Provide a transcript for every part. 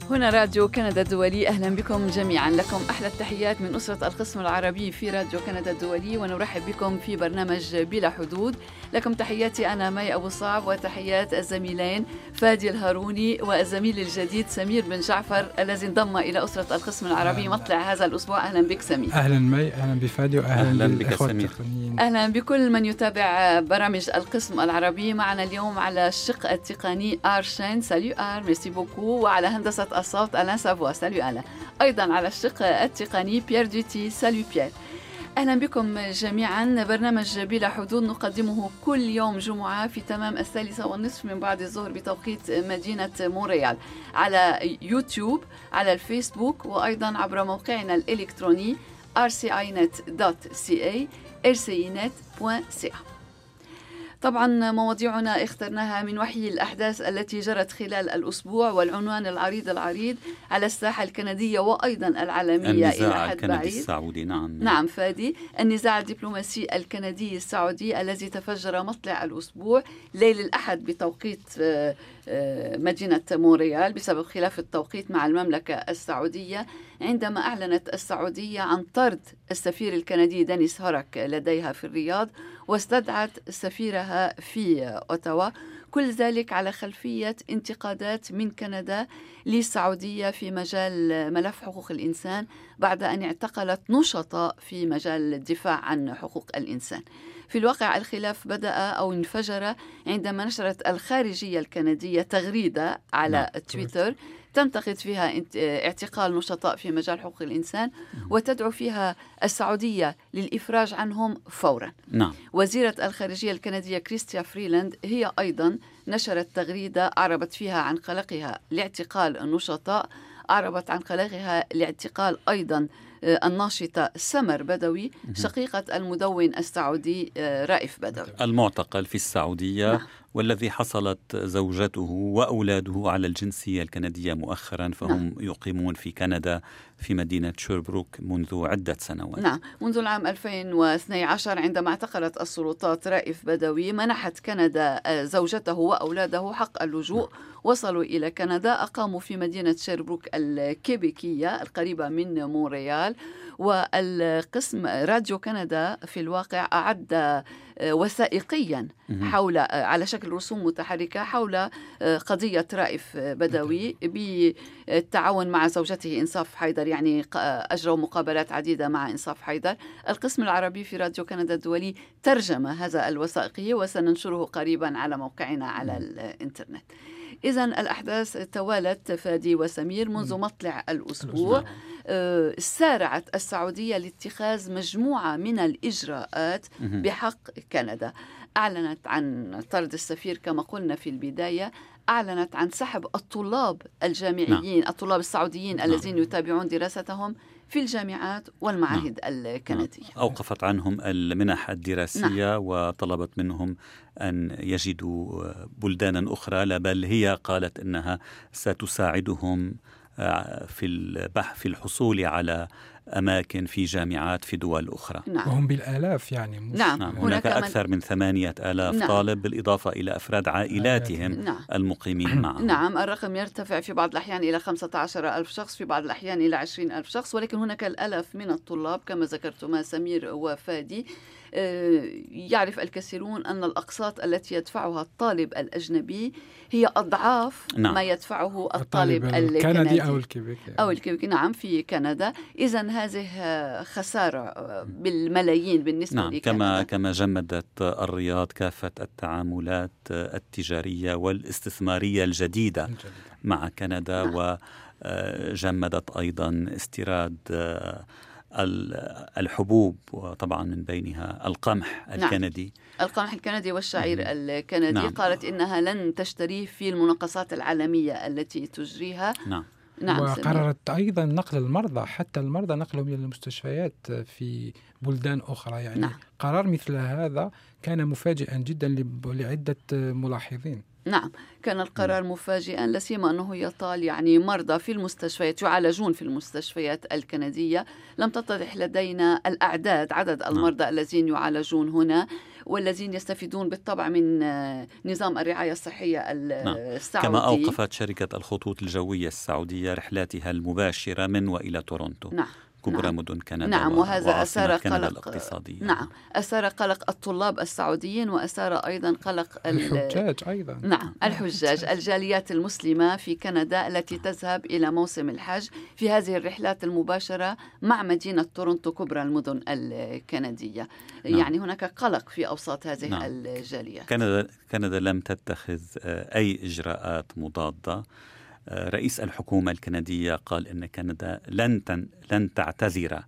هنا راديو كندا الدولي، أهلا بكم جميعا. لكم أحلى التحيات من أسرة القسم العربي في راديو كندا الدولي، ونرحب بكم في برنامج بلا حدود. لكم تحياتي أنا مي أبو صعب، وتحيات الزميلين فادي الهاروني والزميل الجديد سمير بن جعفر الذي انضم إلى أسرة القسم العربي مطلع هذا الأسبوع. أهلا بك سمير. أهلا مي، أهلا بفادي، وأهلا بك سمير. أهلا بكل من يتابع برامج القسم العربي. معنا اليوم على الشق التقني آرشين، ساليو آر، ميرسي بوكو. وعلى هندسة الصوت ألان سافوا، ساليو ألان. أيضا على الشق التقني بيير دوتي، ساليو بيير. أهلا بكم جميعا. برنامج بلا حدود نقدمه كل يوم جمعة في تمام 1:30 من بعد الظهر بتوقيت مدينة مونريال، على يوتيوب، على الفيسبوك، وأيضا عبر موقعنا الإلكتروني rcinet.ca rcinet.ca. طبعا مواضيعنا اخترناها من وحي الأحداث التي جرت خلال الأسبوع، والعنوان العريض على الساحة الكندية وأيضا العالمية إلى حد بعيد. السعودي. نعم فادي، النزاع الدبلوماسي الكندي السعودي الذي تفجر مطلع الأسبوع ليل الأحد بتوقيت مدينة مونريال بسبب خلاف التوقيت مع المملكة السعودية، عندما أعلنت السعودية عن طرد السفير الكندي دينيس هورك لديها في الرياض، واستدعت سفيرها في أوتاوا. كل ذلك على خلفية انتقادات من كندا للسعودية في مجال ملف حقوق الإنسان، بعد أن اعتقلت نشطاء في مجال الدفاع عن حقوق الإنسان. في الواقع الخلاف بدأ أو انفجر عندما نشرت الخارجية الكندية تغريدة على تويتر تنتقد فيها اعتقال نشطاء في مجال حقوق الإنسان، وتدعو فيها السعودية للإفراج عنهم فورا. وزيرة الخارجية الكندية كريستيا فريلاند هي أيضا نشرت تغريدة أعربت فيها عن قلقها لاعتقال النشطاء، أعربت عن قلقها لاعتقال أيضا الناشطة سمر بدوي شقيقة المدون السعودي رائف بدوي المعتقل في السعودية. والذي حصلت زوجته وأولاده على الجنسية الكندية مؤخرا، فهم يقيمون في كندا في مدينة شيربروك منذ عدة سنوات. منذ العام 2012 عندما اعتقلت السلطات رائف بدوي، منحت كندا زوجته وأولاده حق اللجوء. وصلوا إلى كندا، أقاموا في مدينة شيربروك الكيبيكية القريبة من مونريال. والقسم راديو كندا في الواقع أعد وثائقيا حول على شكل رسوم متحركة حول قضية رائف بدوي بالتعاون مع زوجته إنصاف حيدر، يعني أجروا مقابلات عديدة مع إنصاف حيدر. القسم العربي في راديو كندا الدولي ترجم هذا الوثائقي وسننشره قريبا على موقعنا على الإنترنت. إذن الأحداث توالت فادي وسمير منذ مطلع الأسبوع. سارعت السعودية لاتخاذ مجموعة من الإجراءات بحق كندا. أعلنت عن طرد السفير كما قلنا في البداية، أعلنت عن سحب الطلاب الجامعيين الطلاب السعوديين الذين يتابعون دراستهم في الجامعات والمعاهد الكندية. أوقفت عنهم المنح الدراسية وطلبت منهم أن يجدوا بلدانا أخرى، لا بل هي قالت أنها ستساعدهم في الحصول على أماكن في جامعات في دول أخرى. وهم بالآلاف يعني. هناك أكثر من 8,000 طالب بالإضافة إلى أفراد عائلاتهم المقيمين معهم. الرقم يرتفع في بعض الأحيان إلى 15,000 شخص، في بعض الأحيان إلى 20,000 شخص، ولكن هناك الآلاف من الطلاب كما ذكرتما سمير وفادي. يعرف الكثيرون أن الأقساط التي يدفعها الطالب الأجنبي هي أضعاف ما يدفعه الطالب الكندي أو الكيبيكي في كندا. إذن هذه خسارة بالملايين بالنسبة لكندا. كما جمدت الرياض كافة التعاملات التجارية والاستثمارية الجديدة مع كندا، وجمدت أيضا استيراد الحبوب، وطبعا من بينها القمح الكندي. القمح الكندي والشعير الكندي. قالت إنها لن تشتريه في المناقصات العالمية التي تجريها. وقررت أيضا نقل المرضى، حتى المرضى نقلهم إلى المستشفيات في بلدان أخرى. قرار مثل هذا كان مفاجئا جدا لعدة ملاحظين. نعم، كان القرار مفاجئا، لا سيما أنه يطال يعني مرضى في المستشفيات يعالجون في المستشفيات الكندية. لم تتضح لدينا عدد المرضى الذين يعالجون هنا والذين يستفيدون بالطبع من نظام الرعاية الصحية السعودي. كما أوقفت شركة الخطوط الجوية السعودية رحلاتها المباشرة من وإلى تورونتو، كبرى مدن كندا. نعم، وهذا أثار قلق الاقتصادية. نعم، أثار قلق الطلاب السعوديين، وأثار أيضا قلق الحجاج أيضا. نعم، الحجاج، الجاليات المسلمة في كندا التي تذهب إلى موسم الحج في هذه الرحلات المباشرة مع مدينة تورونتو كبرى المدن الكندية. يعني هناك قلق في أوساط هذه الجاليات. كندا لم تتخذ أي إجراءات مضادة. رئيس الحكومة الكندية قال إن كندا لن تعتذر،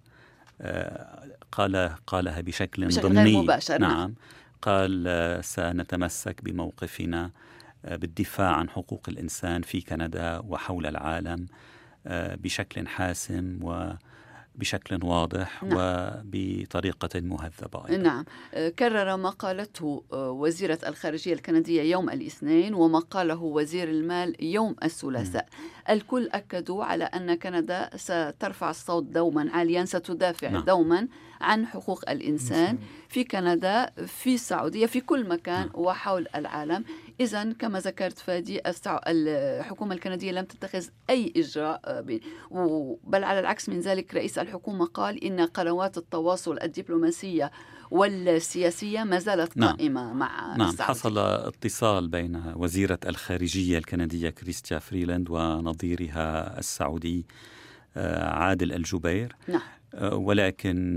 قالها بشكل ضمني غير مباشر. نعم، قال سنتمسك بموقفنا بالدفاع عن حقوق الإنسان في كندا وحول العالم بشكل حاسم وبشكل واضح وبطريقة مهذبة أيضا. نعم، كرر ما قالته وزيرة الخارجية الكندية يوم الاثنين وما قاله وزير المال يوم الثلاثاء. الكل أكدوا على أن كندا سترفع الصوت دوما عاليا، ستدافع دوما عن حقوق الإنسان في كندا، في السعودية، في كل مكان وحول العالم. إذن كما ذكرت فادي، الحكومة الكندية لم تتخذ أي إجراء، بل على العكس من ذلك رئيس الحكومة قال إن قنوات التواصل الدبلوماسية والسياسية ما زالت قائمة مع السعودية. حصل اتصال بين وزيرة الخارجية الكندية كريستيا فريلاند ونظيرها السعودي عادل الجبير. ولكن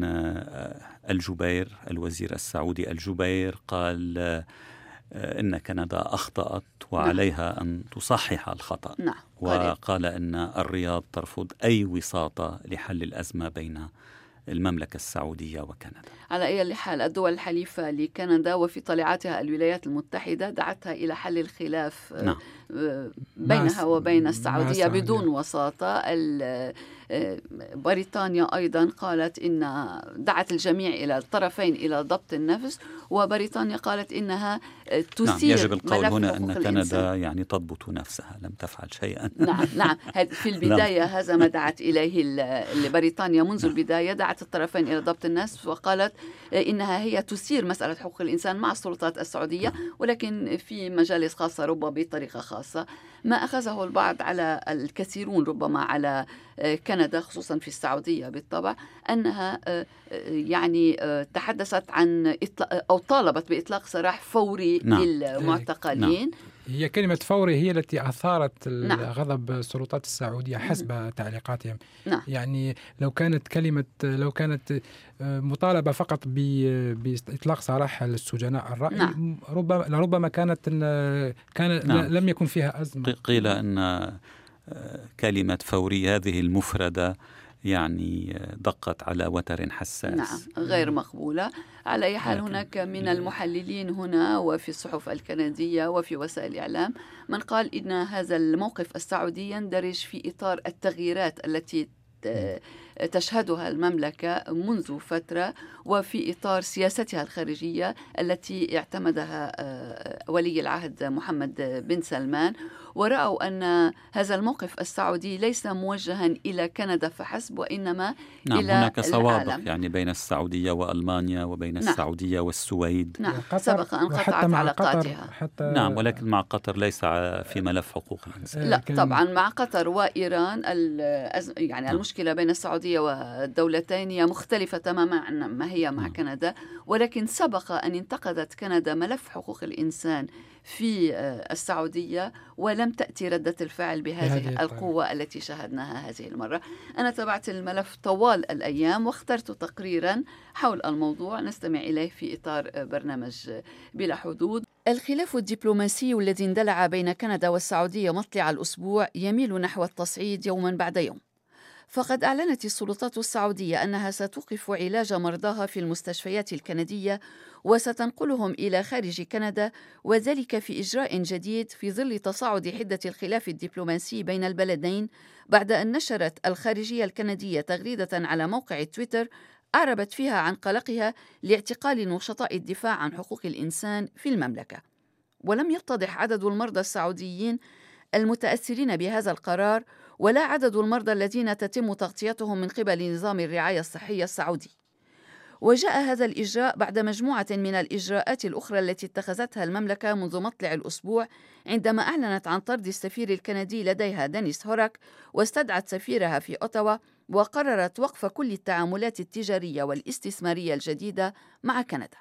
الوزير السعودي الجبير قال إن كندا أخطأت وعليها أن تصحح الخطأ. وقال إن الرياض ترفض أي وساطة لحل الأزمة بين المملكة السعودية وكندا. على أي حال، الدول الحليفة لكندا وفي طليعتها الولايات المتحدة دعتها إلى حل الخلاف بينها وبين السعودية بدون وساطة. بريطانيا أيضا قالت إن دعت الجميع إلى الطرفين إلى ضبط النفس، وبريطانيا قالت إنها تثير يجب القول هنا أن كندا يعني تضبط نفسها، لم تفعل شيئا. نعم، في البداية هذا ما دعت إليه بريطانيا منذ البداية، دعت الطرفين إلى ضبط النفس وقالت إنها هي تثير مسألة حقوق الإنسان مع السلطات السعودية، ولكن في مجالس خاصة، ربما بطريقة خاصة. ما أخذه البعض على الكثيرون ربما على كندا خصوصا في السعودية بالطبع، أنها يعني تحدثت عن أو طالبت بإطلاق سراح فوري للمعتقلين. هي كلمة فوري هي التي أثارت غضب السلطات السعودية حسب تعليقاتهم. يعني لو كانت مطالبة فقط بإطلاق سراح السجناء الرأي لربما لم يكن فيها أزمة. قيل أن كلمة فوري هذه المفردة يعني دقت على وتر حساس. غير مقبولة. على أي حال، هناك من المحللين هنا وفي الصحف الكندية وفي وسائل الإعلام من قال إن هذا الموقف السعودي يندرج في إطار التغييرات التي تشهدها المملكة منذ فترة، وفي إطار سياستها الخارجية التي اعتمدها ولي العهد محمد بن سلمان. ورأوا أن هذا الموقف السعودي ليس موجها إلى كندا فحسب، وإنما إلى هناك سوابق العالم. يعني بين السعودية وألمانيا وبين السعودية والسويد. سبق أن قطعت علاقاتها. ولكن مع قطر ليس في ملف حقوق الإنسان. لا طبعا، مع قطر وإيران يعني المشكلة بين السعودية والدولتين هي مختلفة تماما عن ما هي مع كندا. ولكن سبق أن انتقدت كندا ملف حقوق الإنسان في السعودية، ولم تأتي ردة الفعل بهذه القوة التي شاهدناها هذه المرة. أنا تابعت الملف طوال الأيام واخترت تقريرا حول الموضوع نستمع إليه في إطار برنامج بلا حدود. الخلاف الدبلوماسي الذي اندلع بين كندا والسعودية مطلع الأسبوع يميل نحو التصعيد يوما بعد يوم. فقد أعلنت السلطات السعودية أنها ستوقف علاج مرضاها في المستشفيات الكندية وستنقلهم إلى خارج كندا، وذلك في إجراء جديد في ظل تصاعد حدة الخلاف الدبلوماسي بين البلدين، بعد أن نشرت الخارجية الكندية تغريدة على موقع تويتر أعربت فيها عن قلقها لاعتقال نشطاء الدفاع عن حقوق الإنسان في المملكة. ولم يتضح عدد المرضى السعوديين المتأثرين بهذا القرار ولا عدد المرضى الذين تتم تغطيتهم من قبل نظام الرعاية الصحية السعودي. وجاء هذا الإجراء بعد مجموعة من الإجراءات الأخرى التي اتخذتها المملكة منذ مطلع الأسبوع، عندما أعلنت عن طرد السفير الكندي لديها دينيس هوراك، واستدعت سفيرها في أوتاوا، وقررت وقف كل التعاملات التجارية والاستثمارية الجديدة مع كندا.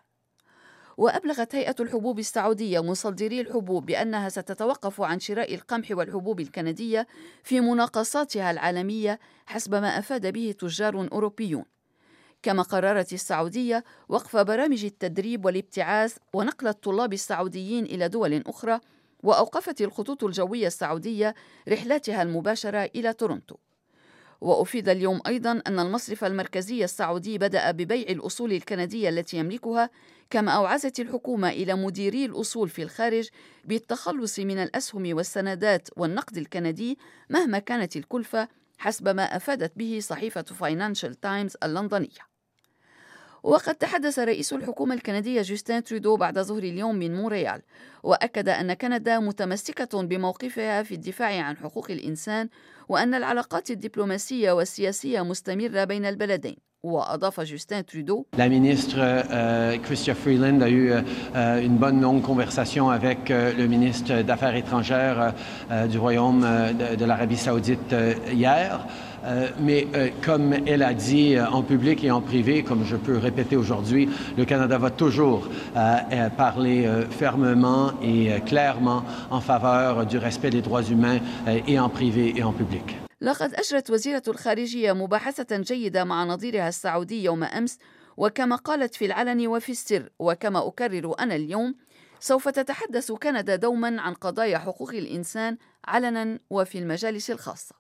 وأبلغت هيئة الحبوب السعودية مصدري الحبوب بأنها ستتوقف عن شراء القمح والحبوب الكندية في مناقصاتها العالمية حسب ما أفاد به تجار أوروبيون. كما قررت السعودية وقف برامج التدريب والابتعاث ونقل الطلاب السعوديين إلى دول أخرى، وأوقفت الخطوط الجوية السعودية رحلاتها المباشرة إلى تورونتو. وأفيد اليوم أيضاً أن المصرف المركزي السعودي بدأ ببيع الأصول الكندية التي يملكها، كما أوعزت الحكومة إلى مديري الأصول في الخارج بالتخلص من الأسهم والسندات والنقد الكندي مهما كانت الكلفة، حسب ما أفادت به صحيفة فاينانشال تايمز اللندنية. وقد تحدث رئيس الحكومة الكندية جوستين ترودو بعد ظهر اليوم من مونريال، وأكد أن كندا متمسكة بموقفها في الدفاع عن حقوق الإنسان، وأن العلاقات الدبلوماسية والسياسية مستمرة بين البلدين. وأضاف جوستين ترودو: La ministre Chrystia Freeland a eu une bonne longue conversation avec le ministre d'Affaires étrangères du Royaume de l'Arabie Saoudite hier. Mais comme elle a dit en public et en privé, comme je peux répéter aujourd'hui, le Canada va toujours parler fermement et clairement en faveur du respect des droits humains et en privé et en public. لقد أجرت وزيرة الخارجية مباحثة جيدة مع نظيرها السعودي يوم أمس، وكما قالت في العلن وفي السر، وكما أكرر أنا اليوم، سوف تتحدث كندا دوما عن قضايا حقوق الإنسان علنا وفي المجالس الخاصة.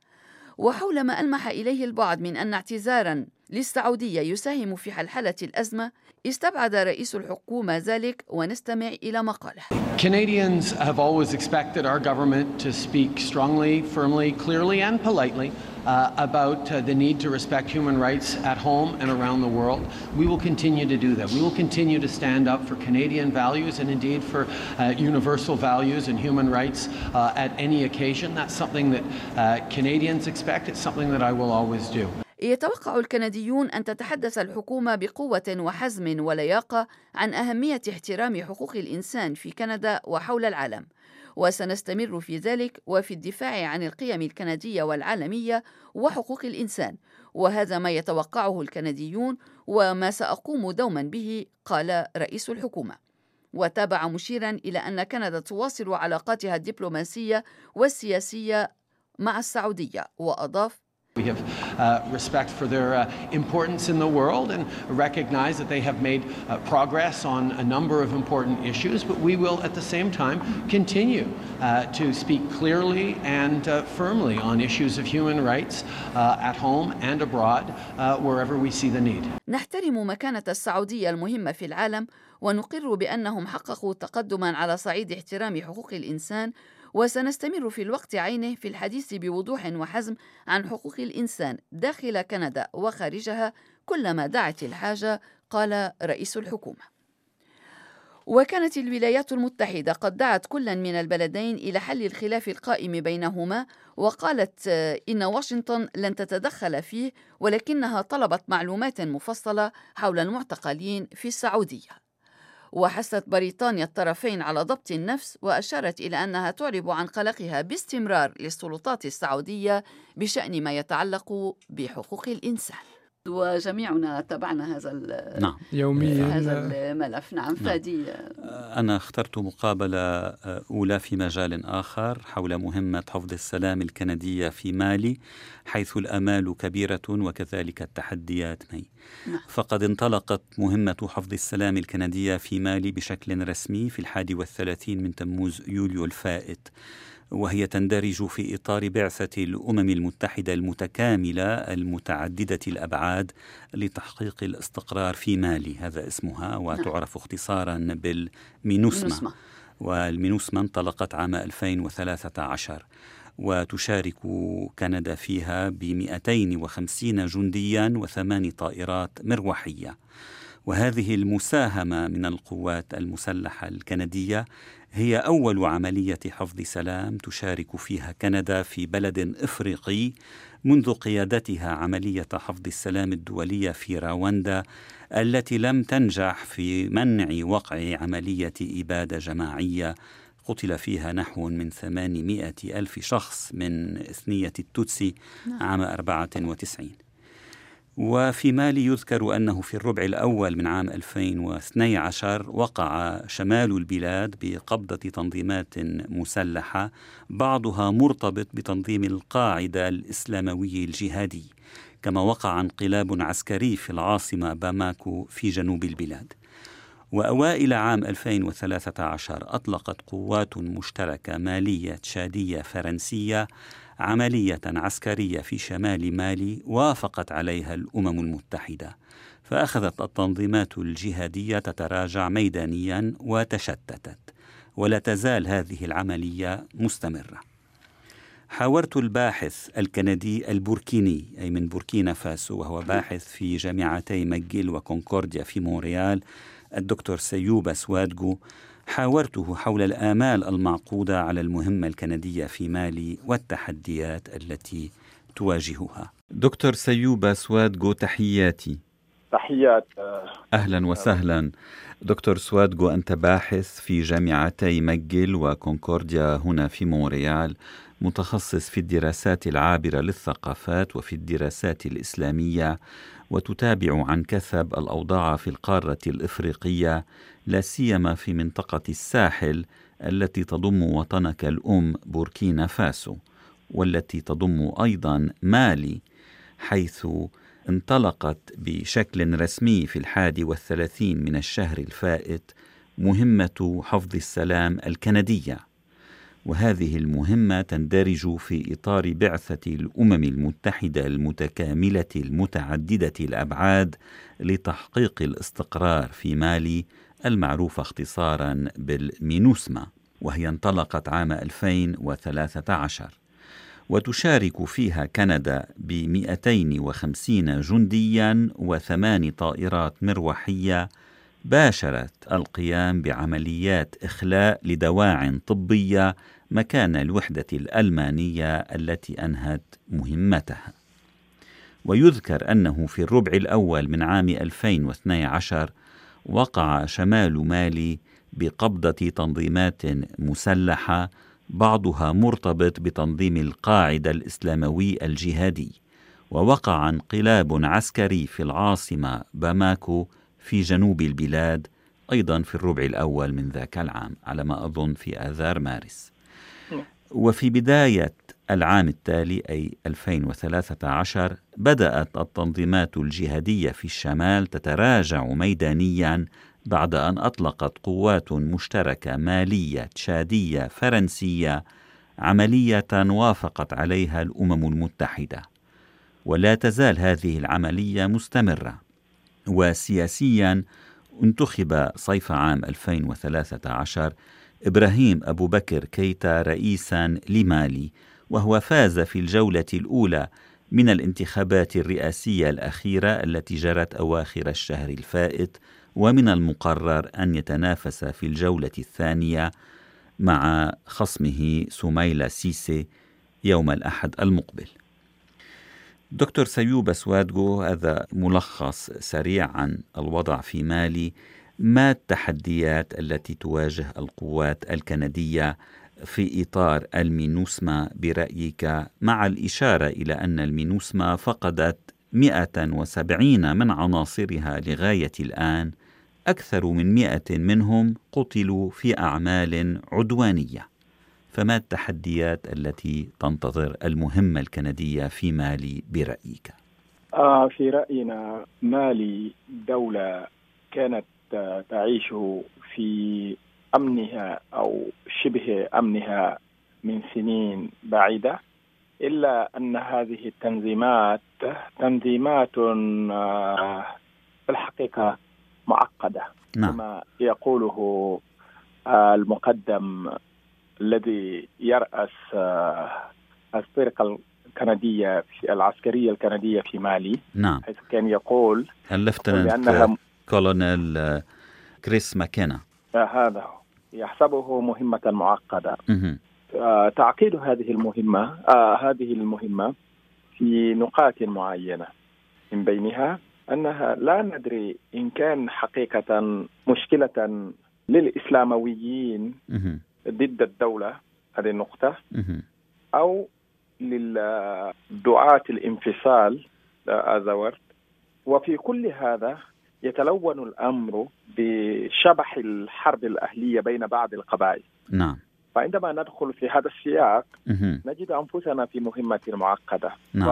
وحول ما ألمح إليه البعض من أن اعتذاراً للسعودية يساهم في حلحلة الأزمة، استبعد رئيس الحكومة ذلك، ونستمع إلى ما قاله. Canadians have always expected our government to speak strongly, firmly, clearly and politely about the need to respect human rights at home and around the world. We will continue to do that. We will continue to stand up for Canadian values and indeed for universal values and human rights at any occasion. That's something that Canadians expect. It's something that I will always do. يتوقع الكنديون أن تتحدث الحكومة بقوة وحزم ولياقة عن أهمية احترام حقوق الإنسان في كندا وحول العالم، وسنستمر في ذلك وفي الدفاع عن القيم الكندية والعالمية وحقوق الإنسان، وهذا ما يتوقعه الكنديون وما سأقوم دوما به، قال رئيس الحكومة. وتابع مشيرا إلى أن كندا تواصل علاقاتها الدبلوماسية والسياسية مع السعودية، وأضاف: We have respect for their importance in the world and recognize that they have made progress on a number of important issues, but we will at the same time continue to speak clearly and firmly on issues of human rights at home and abroad wherever we see the need. نحترم مكانة السعودية المهمة في العالم، ونقر بأنهم حققوا تقدما على صعيد احترام حقوق الإنسان، وسنستمر في الوقت عينه في الحديث بوضوح وحزم عن حقوق الإنسان داخل كندا وخارجها كلما دعت الحاجة، قال رئيس الحكومة. وكانت الولايات المتحدة قد دعت كلا من البلدين إلى حل الخلاف القائم بينهما، وقالت إن واشنطن لن تتدخل فيه، ولكنها طلبت معلومات مفصلة حول المعتقلين في السعودية. وحثت بريطانيا الطرفين على ضبط النفس، وأشارت إلى أنها تعرب عن قلقها باستمرار للسلطات السعودية بشأن ما يتعلق بحقوق الإنسان. وجميعنا تابعنا هذا يوميا هذا الملف. نعم فادي. أنا اخترت مقابلة أولى في مجال آخر حول مهمة حفظ السلام الكندية في مالي، حيث الآمال كبيرة وكذلك التحديات. فقد انطلقت مهمة حفظ السلام الكندية في مالي بشكل رسمي في 31 من تموز يوليو الفائت، وهي تندرج في إطار بعثة الأمم المتحدة المتكاملة المتعددة الأبعاد لتحقيق الاستقرار في مالي، هذا اسمها، وتعرف اختصارا بالمينوسما. والمينوسما انطلقت عام 2013، وتشارك كندا فيها ب250 جنديا و8 طائرات مروحية. وهذه المساهمة من القوات المسلحة الكندية هي أول عملية حفظ سلام تشارك فيها كندا في بلد إفريقي منذ قيادتها عملية حفظ السلام الدولية في راوندا، التي لم تنجح في منع وقع عملية إبادة جماعية قتل فيها نحو من 800 ألف شخص من إثنية التوتسي عام 94. وفي مالي يذكر أنه في الربع الأول من عام 2012 وقع شمال البلاد بقبضة تنظيمات مسلحة بعضها مرتبط بتنظيم القاعدة الإسلاموي الجهادي، كما وقع انقلاب عسكري في العاصمة باماكو في جنوب البلاد. وأوائل عام 2013 أطلقت قوات مشتركة مالية تشادية فرنسية عملية عسكرية في شمال مالي وافقت عليها الأمم المتحدة، فأخذت التنظيمات الجهادية تتراجع ميدانيا وتشتتت، ولا تزال هذه العملية مستمرة. حاورت الباحث الكندي البوركيني أي من بوركينا فاسو، وهو باحث في جامعتي ماجيل وكونكورديا في مونريال، الدكتور سيوب سوادغو. حاورته حول الآمال المعقودة على المهمة الكندية في مالي والتحديات التي تواجهها. دكتور سيوب سوادغو، تحياتي. تحيات. أهلا وسهلا. دكتور سوادغو، أنت باحث في جامعتي ماجيل وكونكورديا هنا في مونريال، متخصص في الدراسات العابرة للثقافات وفي الدراسات الإسلامية، وتتابع عن كثب الأوضاع في القارة الإفريقية، لا سيما في منطقة الساحل التي تضم وطنك الأم بوركينا فاسو، والتي تضم أيضا مالي، حيث انطلقت بشكل رسمي في 31 من الشهر الفائت مهمة حفظ السلام الكندية. وهذه المهمة تندرج في إطار بعثة الأمم المتحدة المتكاملة المتعددة الأبعاد لتحقيق الاستقرار في مالي، المعروفة اختصارا بالمينوسما، وهي انطلقت عام 2013، وتشارك فيها كندا ب250 جنديا و8 طائرات مروحية باشرت القيام بعمليات إخلاء لدواعٍ طبية مكان الوحدة الألمانية التي أنهت مهمتها. ويذكر أنه في الربع الأول من عام 2012 وقع شمال مالي بقبضة تنظيمات مسلحة بعضها مرتبط بتنظيم القاعدة الإسلاموي الجهادي، ووقع انقلاب عسكري في العاصمة باماكو في جنوب البلاد أيضا في الربع الأول من ذاك العام، على ما أظن في آذار مارس. وفي بداية العام التالي أي 2013 بدأت التنظيمات الجهادية في الشمال تتراجع ميدانيا بعد أن أطلقت قوات مشتركة مالية تشادية فرنسية عملية وافقت عليها الأمم المتحدة، ولا تزال هذه العملية مستمرة. وسياسيا انتخب صيف عام 2013 إبراهيم أبو بكر كيتا رئيسا لمالي، وهو فاز في الجولة الأولى من الانتخابات الرئاسية الأخيرة التي جرت أواخر الشهر الفائت، ومن المقرر أن يتنافس في الجولة الثانية مع خصمه سميلة سيسي يوم الأحد المقبل. دكتور سيوب سوادغو، هذا ملخص سريع عن الوضع في مالي. ما التحديات التي تواجه القوات الكندية في إطار المينوسما برأيك، مع الإشارة إلى أن المينوسما فقدت 170 من عناصرها لغاية الآن، أكثر من 100 منهم قتلوا في أعمال عدوانية؟ فما التحديات التي تنتظر المهمة الكندية في مالي برأيك؟ في رأينا مالي دولة كانت تعيش في أمنها أو شبه أمنها من سنين بعيدة، إلا أن هذه التنظيمات تنظيمات في الحقيقة معقدة. نعم. كما يقوله المقدم الذي يرأس الفرقة الكندية العسكرية الكندية في مالي. نعم. حيث كان يقول اللفتنانت كولونيل كريس ماكينا. هذا هو يحسبه مهمة معقدة. تعقيد هذه المهمة في نقاط معينة، من بينها أنها لا ندري إن كان حقيقة مشكلة للإسلامويين ضد الدولة، هذه النقطة، أو للدعاة الانفصال أزورت. وفي كل هذا يتلون الأمر بشبح الحرب الأهلية بين بعض القبائل. نعم. فعندما ندخل في هذا السياق نجد أنفسنا في مهمة معقدة. نعم.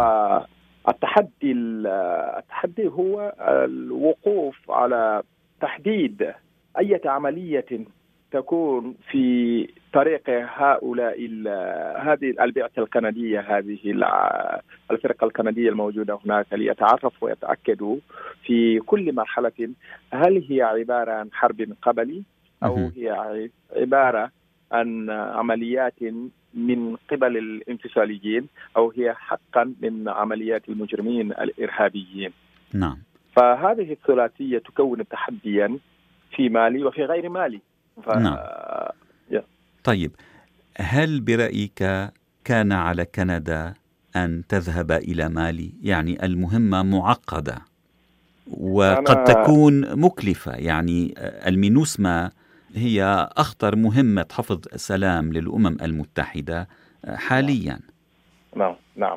والتحدي هو الوقوف على تحديد أي عملية تكون في طريق هذه البعثة الكندية، هذه الفرقة الكندية الموجودة هناك، ليتعرفوا ويتأكدوا في كل مرحلة هل هي عبارة عن حرب قبلي أو هي عبارة عن عمليات من قبل الانفصاليين أو هي حقا من عمليات المجرمين الإرهابيين. نعم. فهذه الثلاثية تكون تحديا في مالي وفي غير مالي. نعم. طيب، هل برأيك كان على كندا أن تذهب إلى مالي؟ يعني المهمة معقدة وقد تكون مكلفة، يعني المينوسما هي أخطر مهمة حفظ سلام للأمم المتحدة حاليا. نعم.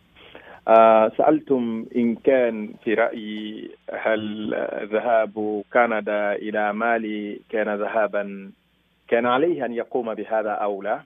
سألتم إن كان في رأيي هل ذهاب كندا إلى مالي كان عليه أن يقوم بهذا أو لا.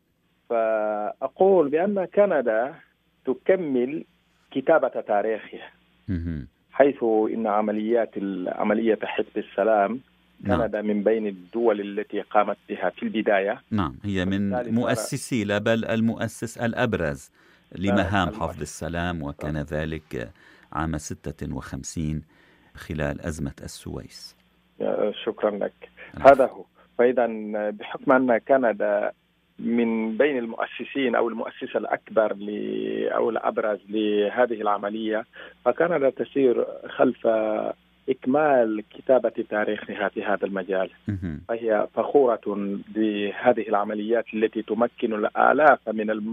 فأقول بأن كندا تكمل كتابة تاريخها، حيث إن عملية حفظ السلام كندا من بين الدول التي قامت بها في البداية. نعم، هي من مؤسسي، لا بل المؤسس الأبرز لمهام حفظ السلام، وكان ذلك عام 56 خلال أزمة السويس. شكرا لك. هذا هو. فإذا بحكم أن كندا من بين المؤسسين أو المؤسس الأكبر أو الأبرز لهذه العملية، فكندا تسير خلف إكمال كتابة تاريخها في هذا المجال. فهي فخورة بهذه العمليات التي تمكن الآلاف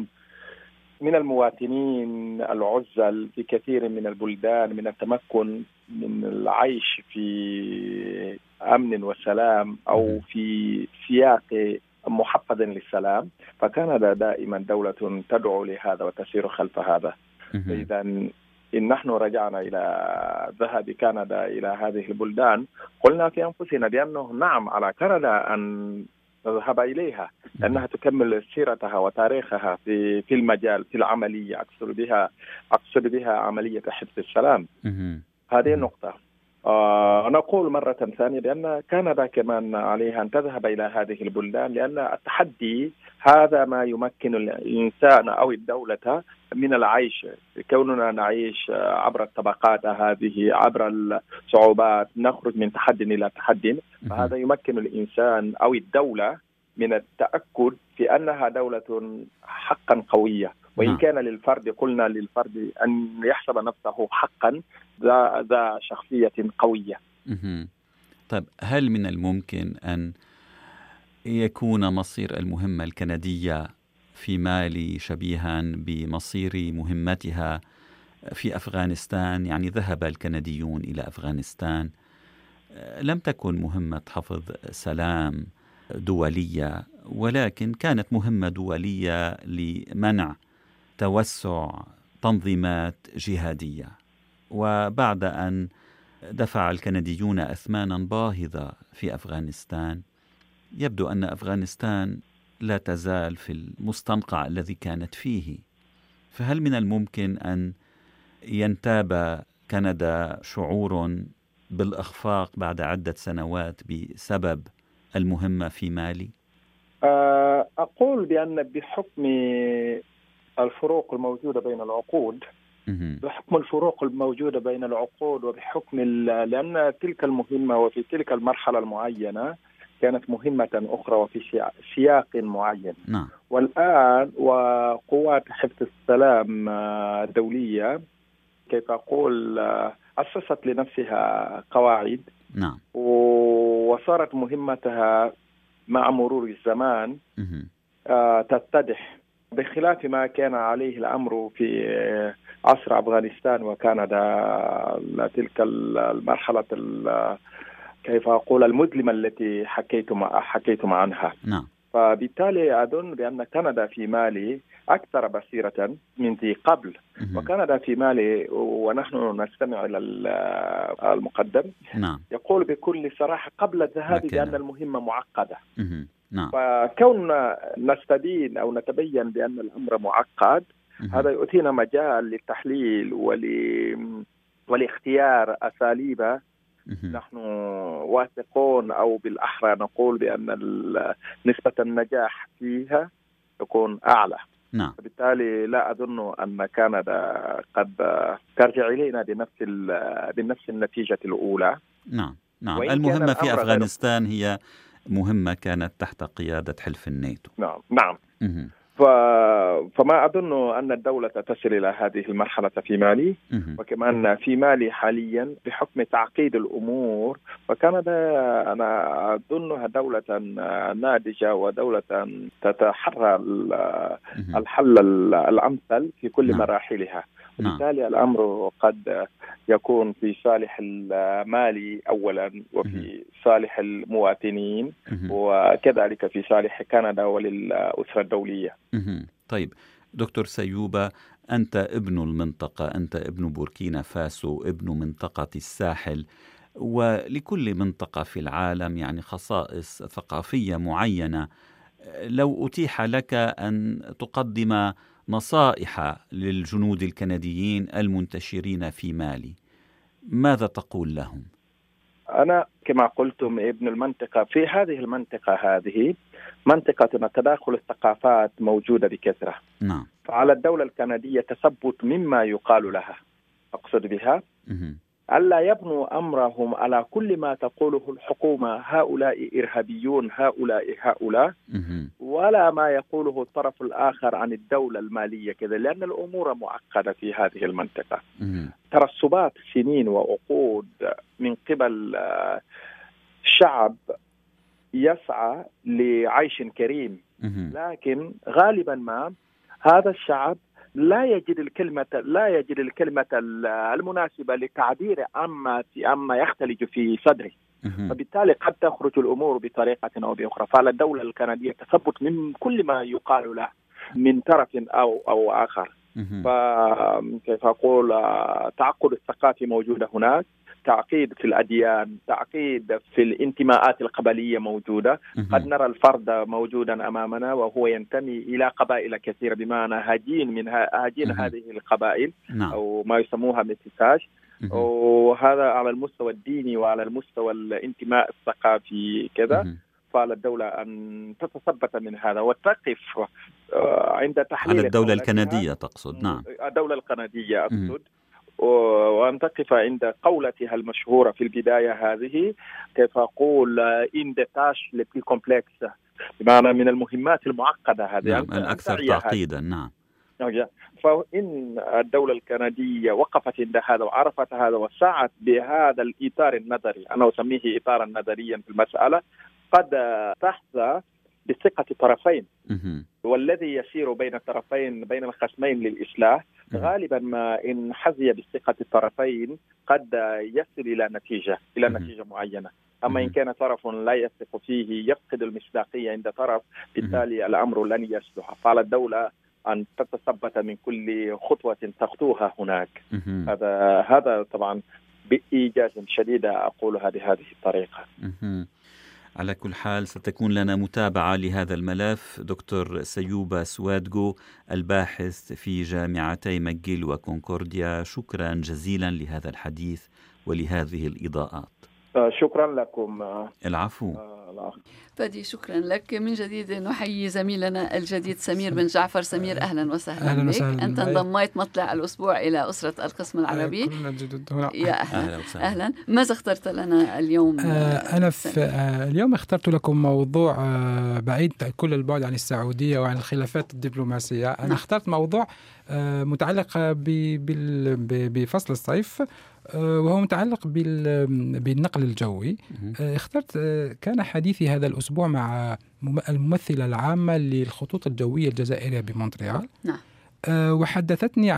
من المواطنين العزل في كثير من البلدان من التمكن من العيش في أمن وسلام أو في سياق محفظ للسلام. فكندا دائما دولة تدعو لهذا وتسير خلف هذا. إذا إن نحن رجعنا إلى ذهاب كندا إلى هذه البلدان، قلنا في أنفسنا بأنه نعم على كندا أن نذهب إليها، لأنها تكمل سيرتها وتاريخها في المجال، في العملية، أقصد بها عملية حفظ السلام. هذه النقطة. نقول مرة ثانية بأن كندا كمان عليها أن تذهب إلى هذه البلدان، لأن التحدي هذا ما يمكن الإنسان أو الدولة من العيش، كوننا نعيش عبر الطبقات هذه، عبر الصعوبات، نخرج من تحدي إلى تحدي. فهذا يمكن الإنسان أو الدولة من التأكد في أنها دولة حقا قوية. وإن كان للفرد، قلنا للفرد أن يحسب نفسه حقا ذا شخصية قوية. طيب، هل من الممكن أن يكون مصير المهمة الكندية في مالي شبيها بمصير مهمتها في أفغانستان؟ يعني ذهب الكنديون إلى أفغانستان، لم تكن مهمة حفظ سلام دولية، ولكن كانت مهمة دولية لمنع توسع تنظيمات جهادية. وبعد أن دفع الكنديون أثمانا باهظة في أفغانستان، يبدو أن أفغانستان لا تزال في المستنقع الذي كانت فيه. فهل من الممكن أن ينتاب كندا شعور بالإخفاق بعد عدة سنوات بسبب المهمة في مالي؟ أقول بأن بحكم الفروق الموجودة بين العقود، بحكم الفروق الموجودة بين العقود وبحكم لأن تلك المهمة وفي تلك المرحلة المعينة كانت مهمة أخرى وفي سياق معين. نعم. والآن وقوات حفظ السلام الدولية كيف أقول أسست لنفسها قواعد نعم. وصارت مهمتها مع مرور الزمان تتضح، بخلاف ما كان عليه الأمر في عصر أفغانستان وكندا، تلك المرحلة كيف أقول المظلمة التي حكيتم عنها. نعم. فبالتالي أظن بأن كندا في مالي أكثر بصيرة من ذي قبل. وكندا في مالي ونحن نستمع إلى المقدم نعم. يقول بكل صراحة قبل الذهاب بأن المهمة معقدة. نعم. فكون نستدين أو نتبين بأن الأمر معقد هذا يؤتينا مجال للتحليل ولاختيار أساليب نحن واثقون أو بالأحرى نقول بأن نسبة النجاح فيها تكون أعلى. نعم. بالتالي لا أظن أن كندا قد ترجع إلينا بنفس النتيجة الأولى. نعم. نعم. المهمة في أفغانستان هي مهمة كانت تحت قيادة حلف الناتو. نعم. نعم. فما أظن أن الدولة تصل إلى هذه المرحلة في مالي. وكمان في مالي حاليا بحكم تعقيد الأمور، وكندا أنا أظنها دولة ناضجة ودولة تتحرى الحل الأمثل في كل مراحلها. وبالتالي الأمر قد يكون في صالح المالي أولا وفي صالح المواطنين وكذلك في صالح كندا وللأسرة الدولية. طيب دكتور سيوبة، أنت ابن المنطقة، أنت ابن بوركينا فاسو، ابن منطقة الساحل، ولكل منطقة في العالم يعني خصائص ثقافية معينة. لو أتيح لك أن تقدم نصائح للجنود الكنديين المنتشرين في مالي، ماذا تقول لهم؟ أنا كما قلتم ابن المنطقة. في هذه المنطقة هذه منطقة تداخل الثقافات موجودة بكثرة. نعم. فعلى الدولة الكندية تثبت مما يقال لها. أقصد بها ألا يبنوا أمرهم على كل ما تقوله الحكومة، هؤلاء إرهابيون، هؤلاء، ولا ما يقوله الطرف الآخر عن الدولة المالية كذا، لأن الأمور معقدة في هذه المنطقة. ترسبات سنين وعقود من قبل شعب يسعى لعيش كريم، لكن غالبا ما هذا الشعب لا يجد الكلمة المناسبة للتعبير عما يختلج في صدره. فبالتالي قد تخرج الأمور بطريقة أو بأخرى. فعلى الدولة الكندية تثبت من كل ما يقال له من طرف أو آخر. فكيف أقول تعقد الثقافي موجودة هناك، تعقيد في الأديان، تعقيد في الانتماءات القبلية موجودة. قد نرى الفرد موجودا أمامنا وهو ينتمي إلى قبائل كثيرة، بمعنى هاجين هذه القبائل أو ما يسموها ميتيساج. وهذا على المستوى الديني وعلى المستوى الانتماء الثقافي كذا. فعلى الدولة أن تتثبت من هذا وتقف عند تحليل على الدولة الكندية تقصد. نعم. الدولة الكندية أقصد. وأن تقف عند قولتها المشهورة في البداية هذه، كيف أقول إن ديتاش لبلي كومبلكس، بمعنى من المهمات المعقدة هذه. نعم. الأكثر تعقيدا. نعم. فإن الدولة الكندية وقفت عند هذا وعرفت هذا وسعت بهذا الإطار النظري، أنا أسميه إطارا نظريا في المسألة، قد تحظى بثقة الطرفين. والذي يسير بين الطرفين بين الخصمين للإصلاح غالبا ما إن حظي بثقة الطرفين قد يصل إلى نتيجة معينة. أما إن كان طرف لا يثق فيه يفقد المصداقية عند طرف، بالتالي الأمر لن يصلح. فعلى الدولة أن تتثبت من كل خطوة تخطوها هناك. هذا طبعا بإيجاز شديد أقولها بهذه الطريقة. على كل حال ستكون لنا متابعة لهذا الملف. دكتور سيوبة سوادغو الباحث في جامعتي ماجيل وكونكورديا، شكرا جزيلا لهذا الحديث ولهذه الإضاءات. شكرا لكم. العفو. فادي شكرا لك من جديد. نحيي زميلنا الجديد سمير بن جعفر. سمير أهلا وسهلا بك. أنت انضميت مطلع الأسبوع إلى أسرة القسم العربي. كلنا جدد هنا. يا أهلا. ماذا اخترت لنا اليوم؟ أنا اليوم اخترت لكم موضوع بعيد كل البعد عن السعودية وعن الخلافات الدبلوماسية. أنا اخترت موضوع متعلق بفصل الصيف، وهو متعلق بالنقل الجوي. اخترت كان حديثي هذا الأسبوع مع الممثلة العامة للخطوط الجوية الجزائرية بمونتريال. وحدثتني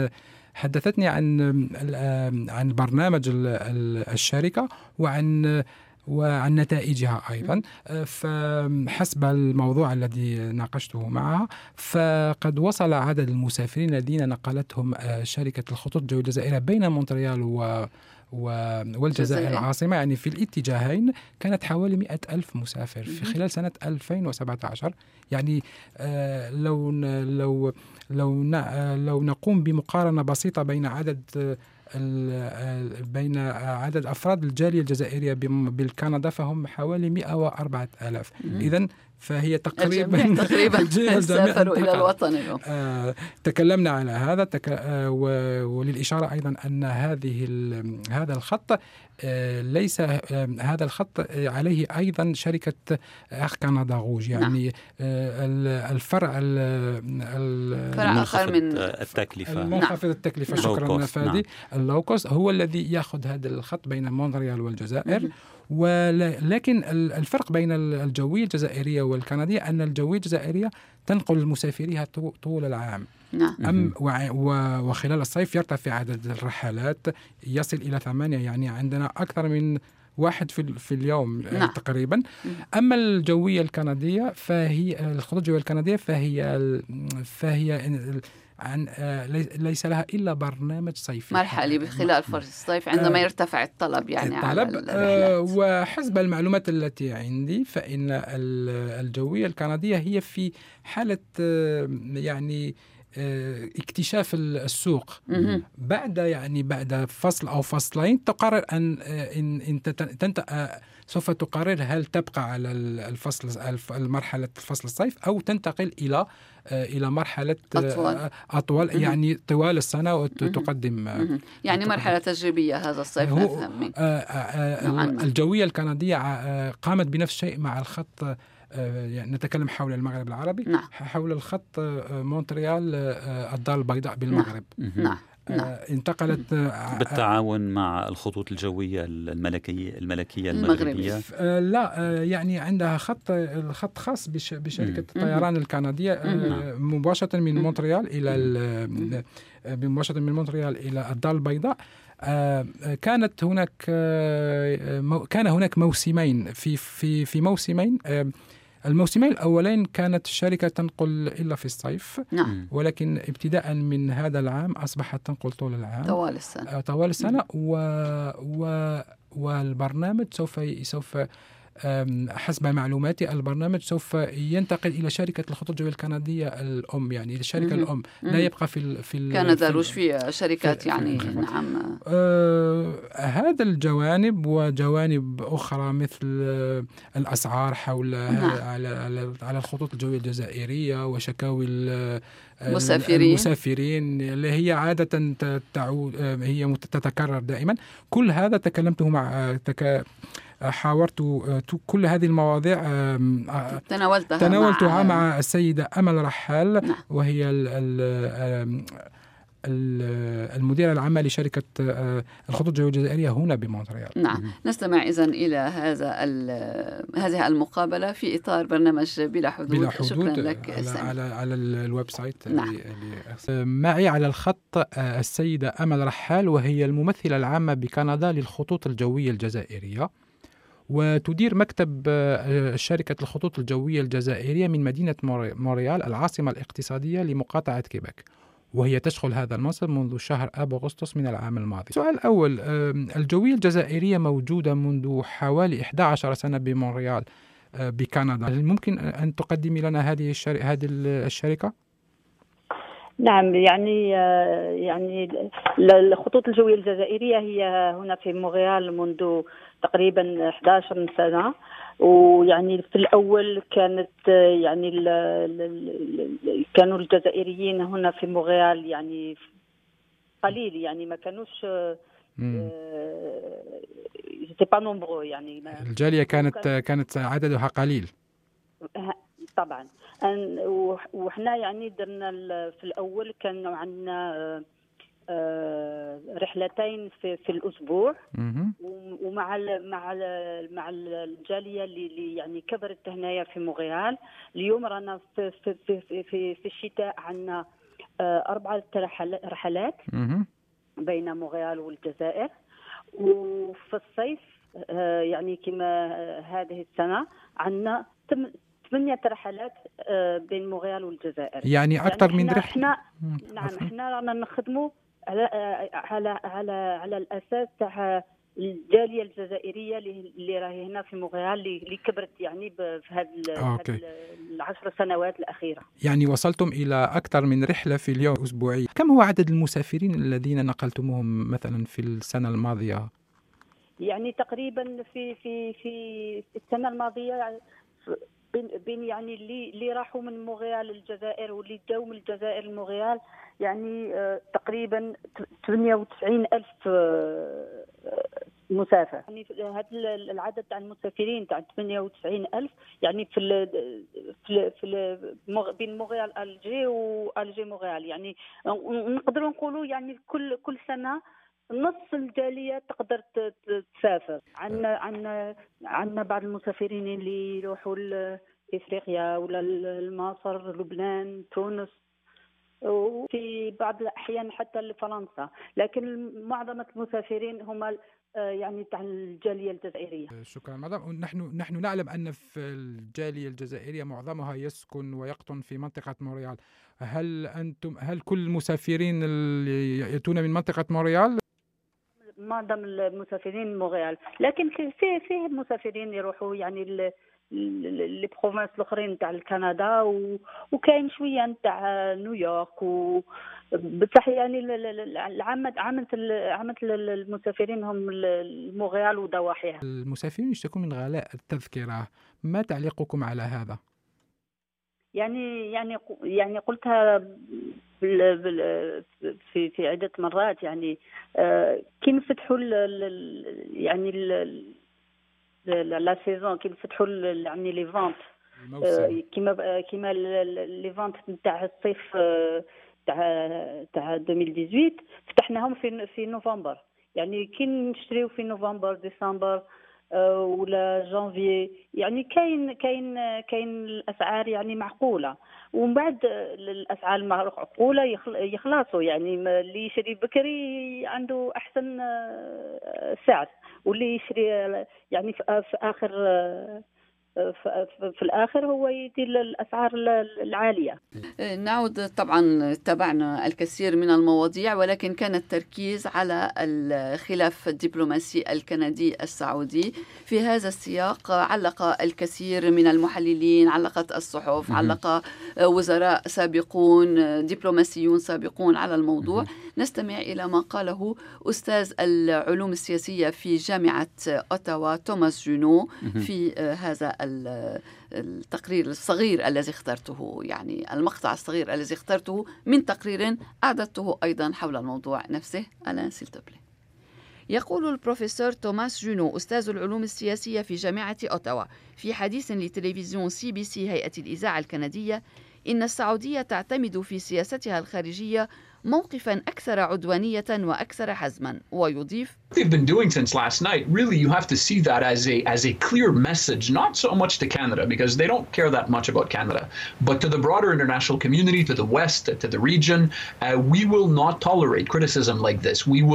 عن برنامج الشركة وعن نتائجها أيضا. فحسب الموضوع الذي ناقشته معها، فقد وصل عدد المسافرين الذين نقلتهم شركة الخطوط الجوية الجزائرية بين مونتريال والجزائر العاصمة، يعني في الاتجاهين، كانت حوالي 100,000 مسافر في خلال سنة 2017. يعني لو نقوم بمقارنة بسيطة بين عدد أفراد الجالية الجزائرية بالكندا، فهم حوالي 104,000. إذن فهي تقريبا سافروا إلى الوطن اليوم. تكلمنا على هذا وللإشارة أيضا أن هذا الخط ليس هذا الخط عليه أيضا شركة إير كندا روج، يعني الفرع آخر من التكلفة، منخفض التكلفة. شكرا فادي. اللوكوست هو الذي يأخذ هذا الخط بين مونتريال والجزائر. ولكن الفرق بين الجوية الجزائرية والكندية أن الجوية الجزائرية تنقل مسافريها طول العام. وخلال الصيف يرتفع عدد الرحلات يصل إلى 8، يعني عندنا أكثر من واحد في اليوم تقريبا. أما الجوية الكندية فهي الخطوط الجوية الكندية فهي ليس لها إلا برنامج صيفي مرحلي بخلال فصل الصيف عندما يرتفع الطلب، يعني على الرحلات. وحسب المعلومات التي عندي فإن الجوية الكندية هي في حالة يعني اكتشاف السوق. بعد فصل أو فصلين تقرر أن سوف تقرر هل تبقى على مرحلة فصل الصيف أو تنتقل إلى مرحلة أطول يعني طوال السنة وتقدم يعني مرحلة تجريبية هذا الصيف. الجوية الكندية قامت بنفس الشيء مع الخط، يعني نتكلم حول المغرب العربي. حول الخط مونتريال الدار البيضاء بالمغرب. انتقلت بالتعاون مع الخطوط الجوية الملكية المغربية. لا، يعني عندها خط خاص بشركة الطيران الكندية مباشرة من مونتريال إلى الدار البيضاء. كان هناك موسمين في موسمين. الموسمين الأولين كانت الشركة تنقل إلا في الصيف. ولكن ابتداء من هذا العام أصبحت تنقل طول العام طوال السنة. والبرنامج سوف حسب معلوماتي البرنامج سوف ينتقل إلى شركة الخطوط الجوية الكندية الأم، يعني الشركة الأم لا يبقى في كندا روج في شركات يعني. نعم. هذا الجوانب وجوانب أخرى مثل الأسعار حول على الخطوط الجوية الجزائرية وشكاوي المسافرين اللي هي عادة هي تتكرر دائما. كل هذا تكلمته حاورت كل هذه المواضيع تناولتها مع السيدة أمل رحال. وهي المديرة العامة لشركة الخطوط الجوية الجزائرية هنا بمونتريال. نستمع إذن إلى هذه المقابلة في إطار برنامج بلا حدود. شكرا لك على الويب سايت. معي على الخط السيدة أمل رحال، وهي الممثلة العامة بكندا للخطوط الجوية الجزائرية، وتدير مكتب شركة الخطوط الجوية الجزائرية من مدينة مونريال العاصمة الاقتصادية لمقاطعة كيبك، وهي تشغل هذا المنصب منذ شهر أغسطس من العام الماضي. السؤال الأول، الجوية الجزائرية موجودة منذ حوالي 11 سنة بمونريال بكندا. هل ممكن أن تقدمي لنا هذه الشركة؟ نعم، يعني الخطوط الجوية الجزائرية هي هنا في مونريال منذ تقريبا 11 سنة. ويعني في الأول كانت يعني كانوا الجزائريين هنا في مونريال يعني قليل، يعني ما كانوش يعني الجالية كانت عددها قليل طبعا. وإحنا يعني درنا في الأول كانوا عندنا رحلتين في الأسبوع، ومع الجالية اللي يعني كبرت هنايا في مونريال. اليوم رانا في الشتاء عندنا 4 رحلات بين مونريال والجزائر، وفي الصيف يعني كما هذه السنة عندنا 8 رحلات بين مونريال والجزائر. يعني أكثر من رحلة. نعم، احنا رانا نخدموا على الأساس تاع الجالية الجزائرية اللي راهي هنا في مونريال، اللي كبرت يعني في هذه 10 سنوات الأخيرة. يعني وصلتم إلى أكثر من رحلة في اليوم أسبوعي. كم هو عدد المسافرين الذين نقلتموهم مثلا في السنة الماضية؟ يعني تقريبا في السنة الماضية بين يعني اللي راحوا من مونريال للجزائر واللي جاوا من الجزائر لمونريال، يعني تقريبا 98,000 مسافر. يعني هذا العدد تاع المسافرين تاع 98,000 يعني بين مونريال ألجي وألجي مونريال، يعني نقدروا نقولوا يعني كل سنة نص الجالية تقدر تسافر. عندنا بعض المسافرين اللي يروحوا لإفريقيا ولا لمصر، لبنان، تونس، وفي بعض الأحيان حتى لفرنسا، لكن معظم المسافرين هم يعني تاع الجالية الجزائرية. شكرا مدام. نحن نعلم أن في الجالية الجزائرية معظمها يسكن ويقطن في منطقة مونريال. هل كل المسافرين اللي يأتون من منطقة مونريال؟ معظم المسافرين مونريال، لكن فيه مسافرين يروحوا يعني لي بروفانس الاخرين تاع كندا، وكاين شويه تاع نيويورك، بصح يعني عامة المسافرين هم مونريال وضواحيها. المسافرين يشتكون من غلاء التذكرة، ما تعليقكم على هذا؟ يعني قلتها في عدة مرات، يعني كي نفتحوا يعني لا سيزون، كي نفتحوا يعني لي فونت كيما لي فونت نتاع الصيف تاع 2018 فتحناهم في نوفمبر. يعني كي نشتريو في نوفمبر ديسمبر ولا جانفي، يعني كاين الاسعار يعني معقوله، ومن بعد الاسعار معقوله يخلصوا. يعني اللي يشري بكري عنده احسن سعر، واللي يشري يعني في الآخر هو يدير الأسعار العالية. نعود، طبعا تابعنا الكثير من المواضيع، ولكن كان التركيز على الخلاف الدبلوماسي الكندي السعودي. في هذا السياق علق الكثير من المحللين، علقت الصحف، علق وزراء سابقون، دبلوماسيون سابقون على الموضوع. نستمع إلى ما قاله أستاذ العلوم السياسية في جامعة أوتاوا توماس جونو في هذا التقرير الصغير الذي اخترته، يعني المقطع الصغير الذي اخترته من تقرير أعددته أيضا حول الموضوع نفسه. ألان سيلتوبلي. يقول البروفيسور توماس جونو أستاذ العلوم السياسية في جامعة أوتاوا في حديث لتلفزيون CBC هيئة الإذاعة الكندية إن السعودية تعتمد في سياستها الخارجية موقفا أكثر عدوانية وأكثر حزما. ويضيف: They've been doing since last night. Really, you have to see that as a clear message, not so much to Canada, because they don't care that much about Canada, but to the broader international community, to the West, to the region. We will not tolerate criticism like this.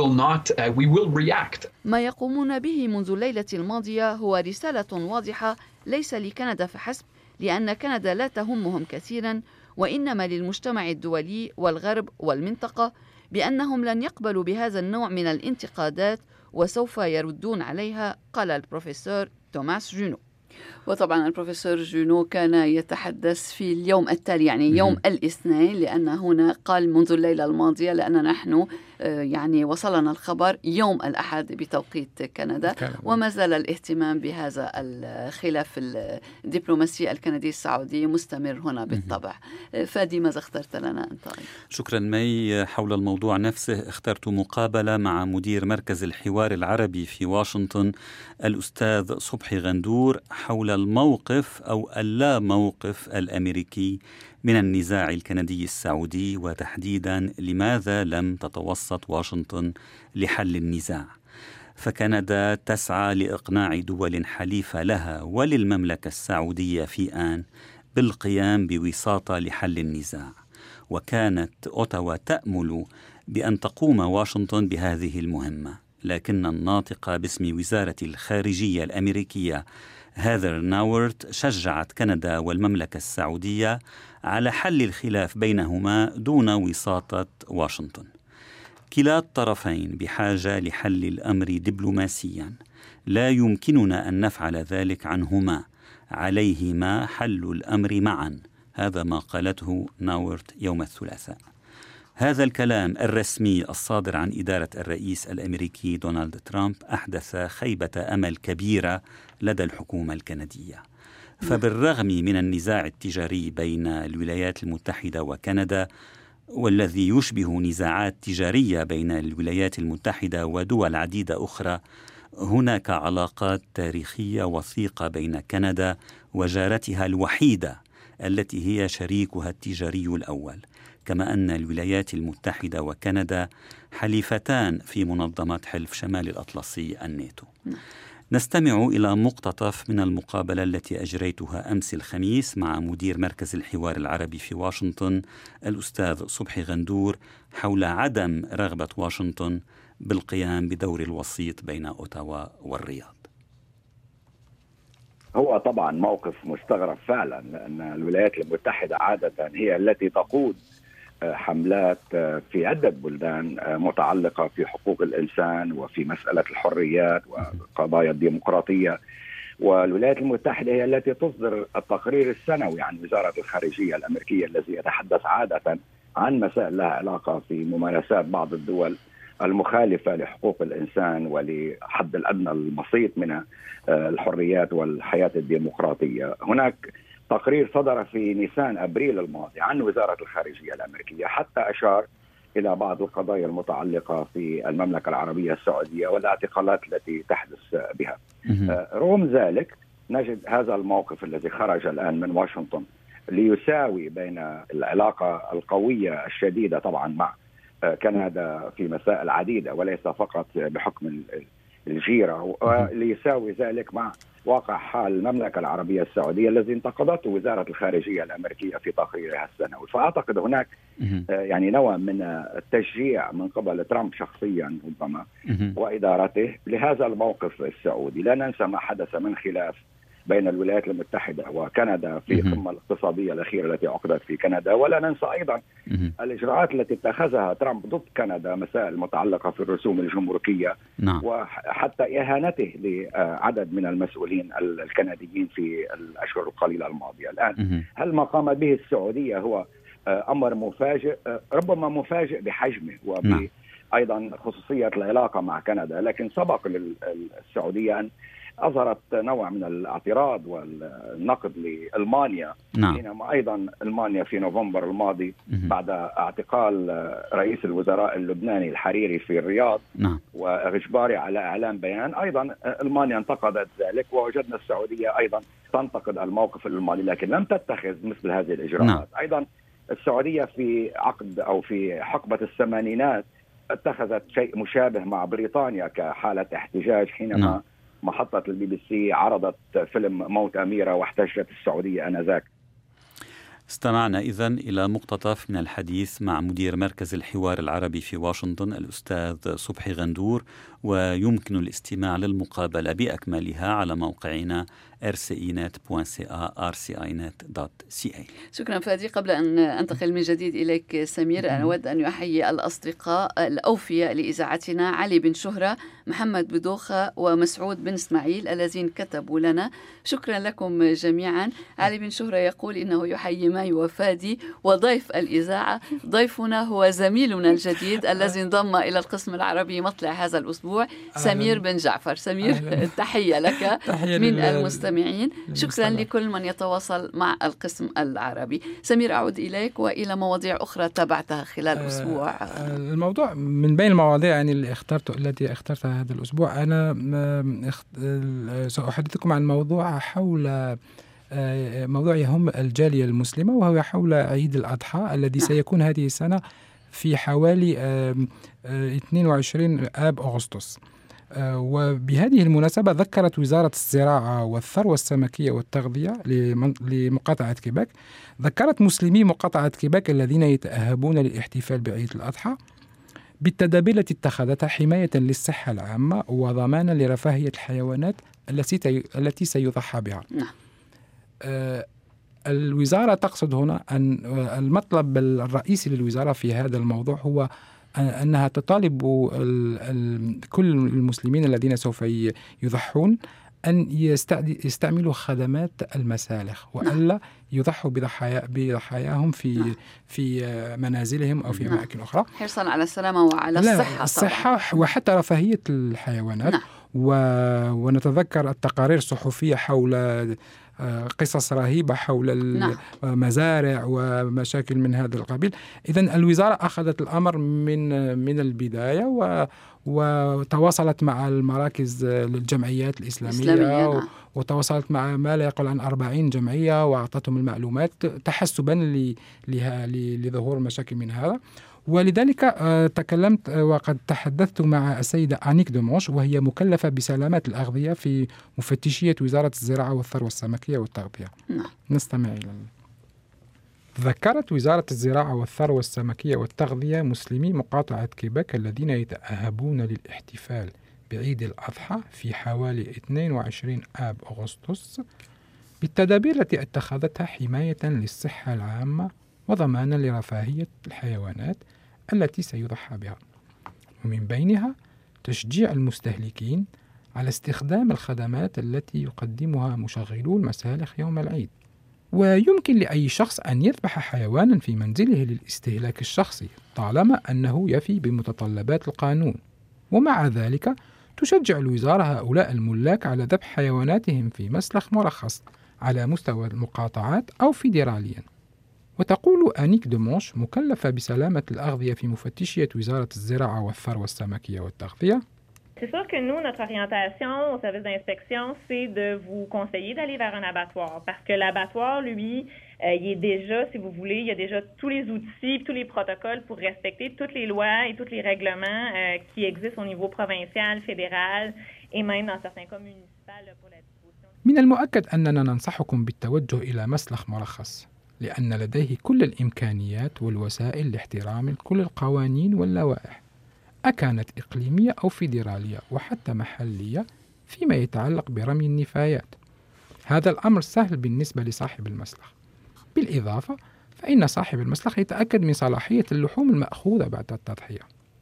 We will react. ما يقومون به منذ الليلة الماضية هو رسالة واضحة ليس لكندا فحسب، لأن كندا لا تهمهم كثيرا، وإنما للمجتمع الدولي والغرب والمنطقة، بأنهم لن يقبلوا بهذا النوع من الانتقادات وسوف يردون عليها، قال البروفيسور توماس جونو. وطبعا البروفيسور جونو كان يتحدث في اليوم التالي، يعني يوم الاثنين، لأن هنا قال منذ الليلة الماضية، لأن نحن يعني وصلنا الخبر يوم الأحد بتوقيت كندا، وما زال الاهتمام بهذا الخلاف الدبلوماسي الكندي السعودي مستمر هنا بالطبع. فادي، ماذا اخترت لنا أنت؟ شكرا مي. حول الموضوع نفسه اخترت مقابلة مع مدير مركز الحوار العربي في واشنطن الأستاذ صبحي غندور حول الموقف أو اللا موقف الأمريكي من النزاع الكندي السعودي، وتحديدا لماذا لم تتوسط واشنطن لحل النزاع. فكندا تسعى لإقناع دول حليفة لها وللمملكة السعودية في آن بالقيام بوساطة لحل النزاع، وكانت أوتاوا تأمل بأن تقوم واشنطن بهذه المهمة، لكن الناطقة باسم وزارة الخارجية الأمريكية هيثر ناورت شجعت كندا والمملكة السعودية على حل الخلاف بينهما دون وساطة واشنطن. كلا الطرفين بحاجة لحل الأمر دبلوماسيا، لا يمكننا أن نفعل ذلك عنهما، عليهما حل الأمر معا. هذا ما قالته ناورت يوم الثلاثاء. هذا الكلام الرسمي الصادر عن إدارة الرئيس الأمريكي دونالد ترامب أحدث خيبة أمل كبيرة لدى الحكومة الكندية. فبالرغم من النزاع التجاري بين الولايات المتحدة وكندا، والذي يشبه نزاعات تجارية بين الولايات المتحدة ودول عديدة أخرى، هناك علاقات تاريخية وثيقة بين كندا وجارتها الوحيدة التي هي شريكها التجاري الأول، كما أن الولايات المتحدة وكندا حليفتان في منظمة حلف شمال الأطلسي الناتو. نستمع إلى مقتطف من المقابلة التي أجريتها أمس الخميس مع مدير مركز الحوار العربي في واشنطن الأستاذ صبحي غندور حول عدم رغبة واشنطن بالقيام بدور الوسيط بين أوتاوا والرياض. هو طبعا موقف مستغرب فعلا، لأن الولايات المتحدة عادة هي التي تقود حملات في عدة بلدان متعلقة في حقوق الإنسان وفي مسألة الحريات وقضايا الديمقراطية، والولايات المتحدة هي التي تصدر التقرير السنوي عن وزارة الخارجية الأمريكية الذي يتحدث عادة عن مسائل لها علاقة في ممارسات بعض الدول المخالفة لحقوق الإنسان ولحد الأدنى البسيط من الحريات والحياة الديمقراطية. هناك تقرير صدر في نيسان أبريل الماضي عن وزارة الخارجية الأمريكية حتى أشار إلى بعض القضايا المتعلقة في المملكة العربية السعودية والاعتقالات التي تحدث بها. رغم ذلك نجد هذا الموقف الذي خرج الآن من واشنطن ليساوي بين العلاقة القوية الشديدة طبعا مع كندا في مسائل عديدة وليس فقط بحكم الجيرة، وليساوي ذلك مع واقع حال المملكة العربية السعودية الذي انتقدته وزارة الخارجية الأمريكية في تقريرها السنوي. فأعتقد هناك يعني نوع من التشجيع من قبل ترامب شخصيا ربما وإدارته لهذا الموقف السعودي. لا ننسى ما حدث من خلاف بين الولايات المتحدة وكندا في القمة الاقتصادية الأخيرة التي عقدت في كندا، ولا ننسى أيضا الإجراءات التي اتخذها ترامب ضد كندا، مسائل متعلقة في الرسوم الجمركية وحتى إهانته لعدد من المسؤولين الكنديين في الأشهر القليلة الماضية. الآن هل ما قام به السعودية هو أمر مفاجئ؟ ربما مفاجئ بحجمه وبأيضا خصوصية العلاقة مع كندا، لكن سبق للسعودية أن أظهرت نوع من الاعتراض والنقد لألمانيا حينما أيضا ألمانيا في نوفمبر الماضي بعد اعتقال رئيس الوزراء اللبناني الحريري في الرياض وإجباره على إعلان بيان، أيضا ألمانيا انتقدت ذلك، ووجدنا السعودية أيضا تنتقد الموقف الألماني لكن لم تتخذ مثل هذه الإجراءات. أيضا السعودية في عقد أو في حقبة الثمانينات اتخذت شيء مشابه مع بريطانيا كحالة احتجاج حينما محطة الBBC عرضت فيلم موت أميرة واحتجت السعودية آنذاك. استمعنا إذن إلى مقتطف من الحديث مع مدير مركز الحوار العربي في واشنطن الأستاذ صبحي غندور، ويمكن الاستماع للمقابلة بأكملها على موقعنا rcinet.ca. شكرا فادي. قبل أن أنتقل من جديد إليك سمير، أنا أود أن أحيي الأصدقاء الأوفياء لإذاعتنا علي بن شهرة، محمد بدوخة ومسعود بن إسماعيل الذين كتبوا لنا. شكرا لكم جميعا. علي بن شهرة يقول إنه يحيي ماي وفادي وضيف الإذاعة. ضيفنا هو زميلنا الجديد الذي انضم إلى القسم العربي مطلع هذا الأسبوع، سمير بن جعفر. سمير تحية لك من المستمعين. شكرا لكل من يتواصل مع القسم العربي. سمير، أعود إليك وإلى مواضيع أخرى تابعتها خلال الأسبوع. الموضوع من بين المواضيع يعني التي اخترتها هذا الأسبوع، أنا سأحدثكم عن موضوع حول موضوع يهم الجالية المسلمة، وهو حول عيد الأضحى الذي سيكون هذه السنة في حوالي 22 آب أغسطس. وبهذه المناسبة ذكرت وزارة الزراعة والثروة السمكية والتغذية لمقاطعة كيباك، ذكرت مسلمي مقاطعة كيباك الذين يتأهبون للاحتفال بعيد الأضحى بالتدابير التي اتخذتها حماية للصحة العامة وضمانا لرفاهية الحيوانات التي سيضحى بها. الوزارة تقصد هنا أن المطلب الرئيسي للوزارة في هذا الموضوع هو أنها تطالب كل المسلمين الذين سوف يضحون أن يستعملوا خدمات المسالخ وألا يضحوا بضحاياهم في منازلهم أو في أماكن أخرى، حرصا على السلامة وعلى الصحة وحتى رفاهية الحيوانات. ونتذكر التقارير الصحفية حول قصص رهيبة حول المزارع ومشاكل من هذا القبيل. إذن الوزارة أخذت الأمر من البداية وتواصلت مع المراكز للجمعيات الإسلامية وتواصلت مع ما لا يقل عن 40 جمعية وأعطتهم المعلومات تحسبا لظهور مشاكل من هذا. ولذلك تكلمت وقد تحدثت مع السيدة أنيك دومونش، وهي مكلفة بسلامة الأغذية في مفتشية وزارة الزراعة والثروة السمكية والتغذية. نستمع إلى ذكرت وزارة الزراعة والثروة السمكية والتغذية مسلمي مقاطعة كيباك الذين يتأهبون للاحتفال بعيد الأضحى في حوالي 22 آب أغسطس بالتدابير التي اتخذتها حماية للصحة العامة وضمانا لرفاهية الحيوانات التي سيضحى بها، ومن بينها تشجيع المستهلكين على استخدام الخدمات التي يقدمها مشغلو المسالخ يوم العيد. ويمكن لأي شخص أن يذبح حيوانا في منزله للاستهلاك الشخصي طالما أنه يفي بمتطلبات القانون. ومع ذلك تشجع الوزارة هؤلاء الملاك على ذبح حيواناتهم في مسلخ مرخص على مستوى المقاطعات أو فيدراليا. وتقول أنيك دومونش مكلفة بسلامة الأغذية في مفتشية وزارة الزراعة والثروة السمكية والتغذية: C'est sûr que nous, notre orientation au service d'inspection, c'est de vous conseiller d'aller vers un abattoir. Parce que l'abattoir, lui, il est déjà, si vous voulez, il y a déjà tous les outils, tous les protocoles pour respecter toutes les lois et tous les règlements qui existent au niveau provincial, fédéral et même dans certains cas municipal pour la disposition. من المؤكد أننا ننصحكم بالتوجه إلى مسلخ مرخص، لأن لديه كل الإمكانيات والوسائل لاحترام كل القوانين واللوائح، أكانت إقليمية أو فيدرالية وحتى محلية فيما يتعلق برمي النفايات. هذا الأمر سهل بالنسبة لصاحب المسلخ. بالإضافة فإن صاحب المسلخ يتأكد من صلاحية اللحوم المأخوذة بعد التضحية.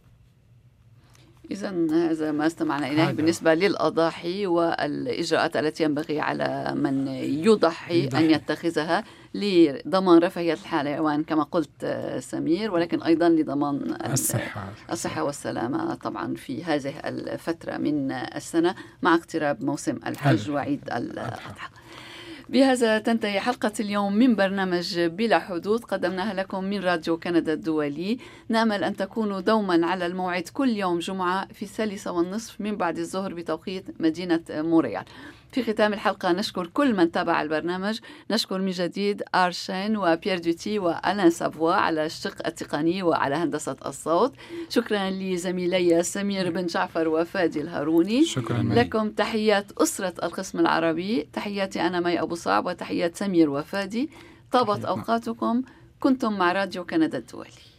إذن هذا ما استمعنا إليه بالنسبة للأضاحي والإجراءات التي ينبغي على من يضحي أن يتخذها لضمان رفاهية الحيوان كما قلت سمير، ولكن أيضا لضمان الصحة والسلامة طبعا في هذه الفترة من السنة مع اقتراب موسم الحج وعيد الأضحى. بهذا تنتهي حلقة اليوم من برنامج بلا حدود قدمناها لكم من راديو كندا الدولي. نأمل أن تكونوا دوما على الموعد كل يوم جمعة في 3:30 من بعد الظهر بتوقيت مدينة مونريال. في ختام الحلقة نشكر كل من تابع البرنامج، نشكر من جديد آرشين وبيير دوتي وألان سافوا على الشق التقني وعلى هندسة الصوت. شكرا لزميلي سمير بن جعفر وفادي الهاروني. شكرا لكم تحيات أسرة القسم العربي، تحياتي أنا مي أبو صعب وتحيات سمير وفادي. طابت أوقاتكم، كنتم مع راديو كندا الدولي.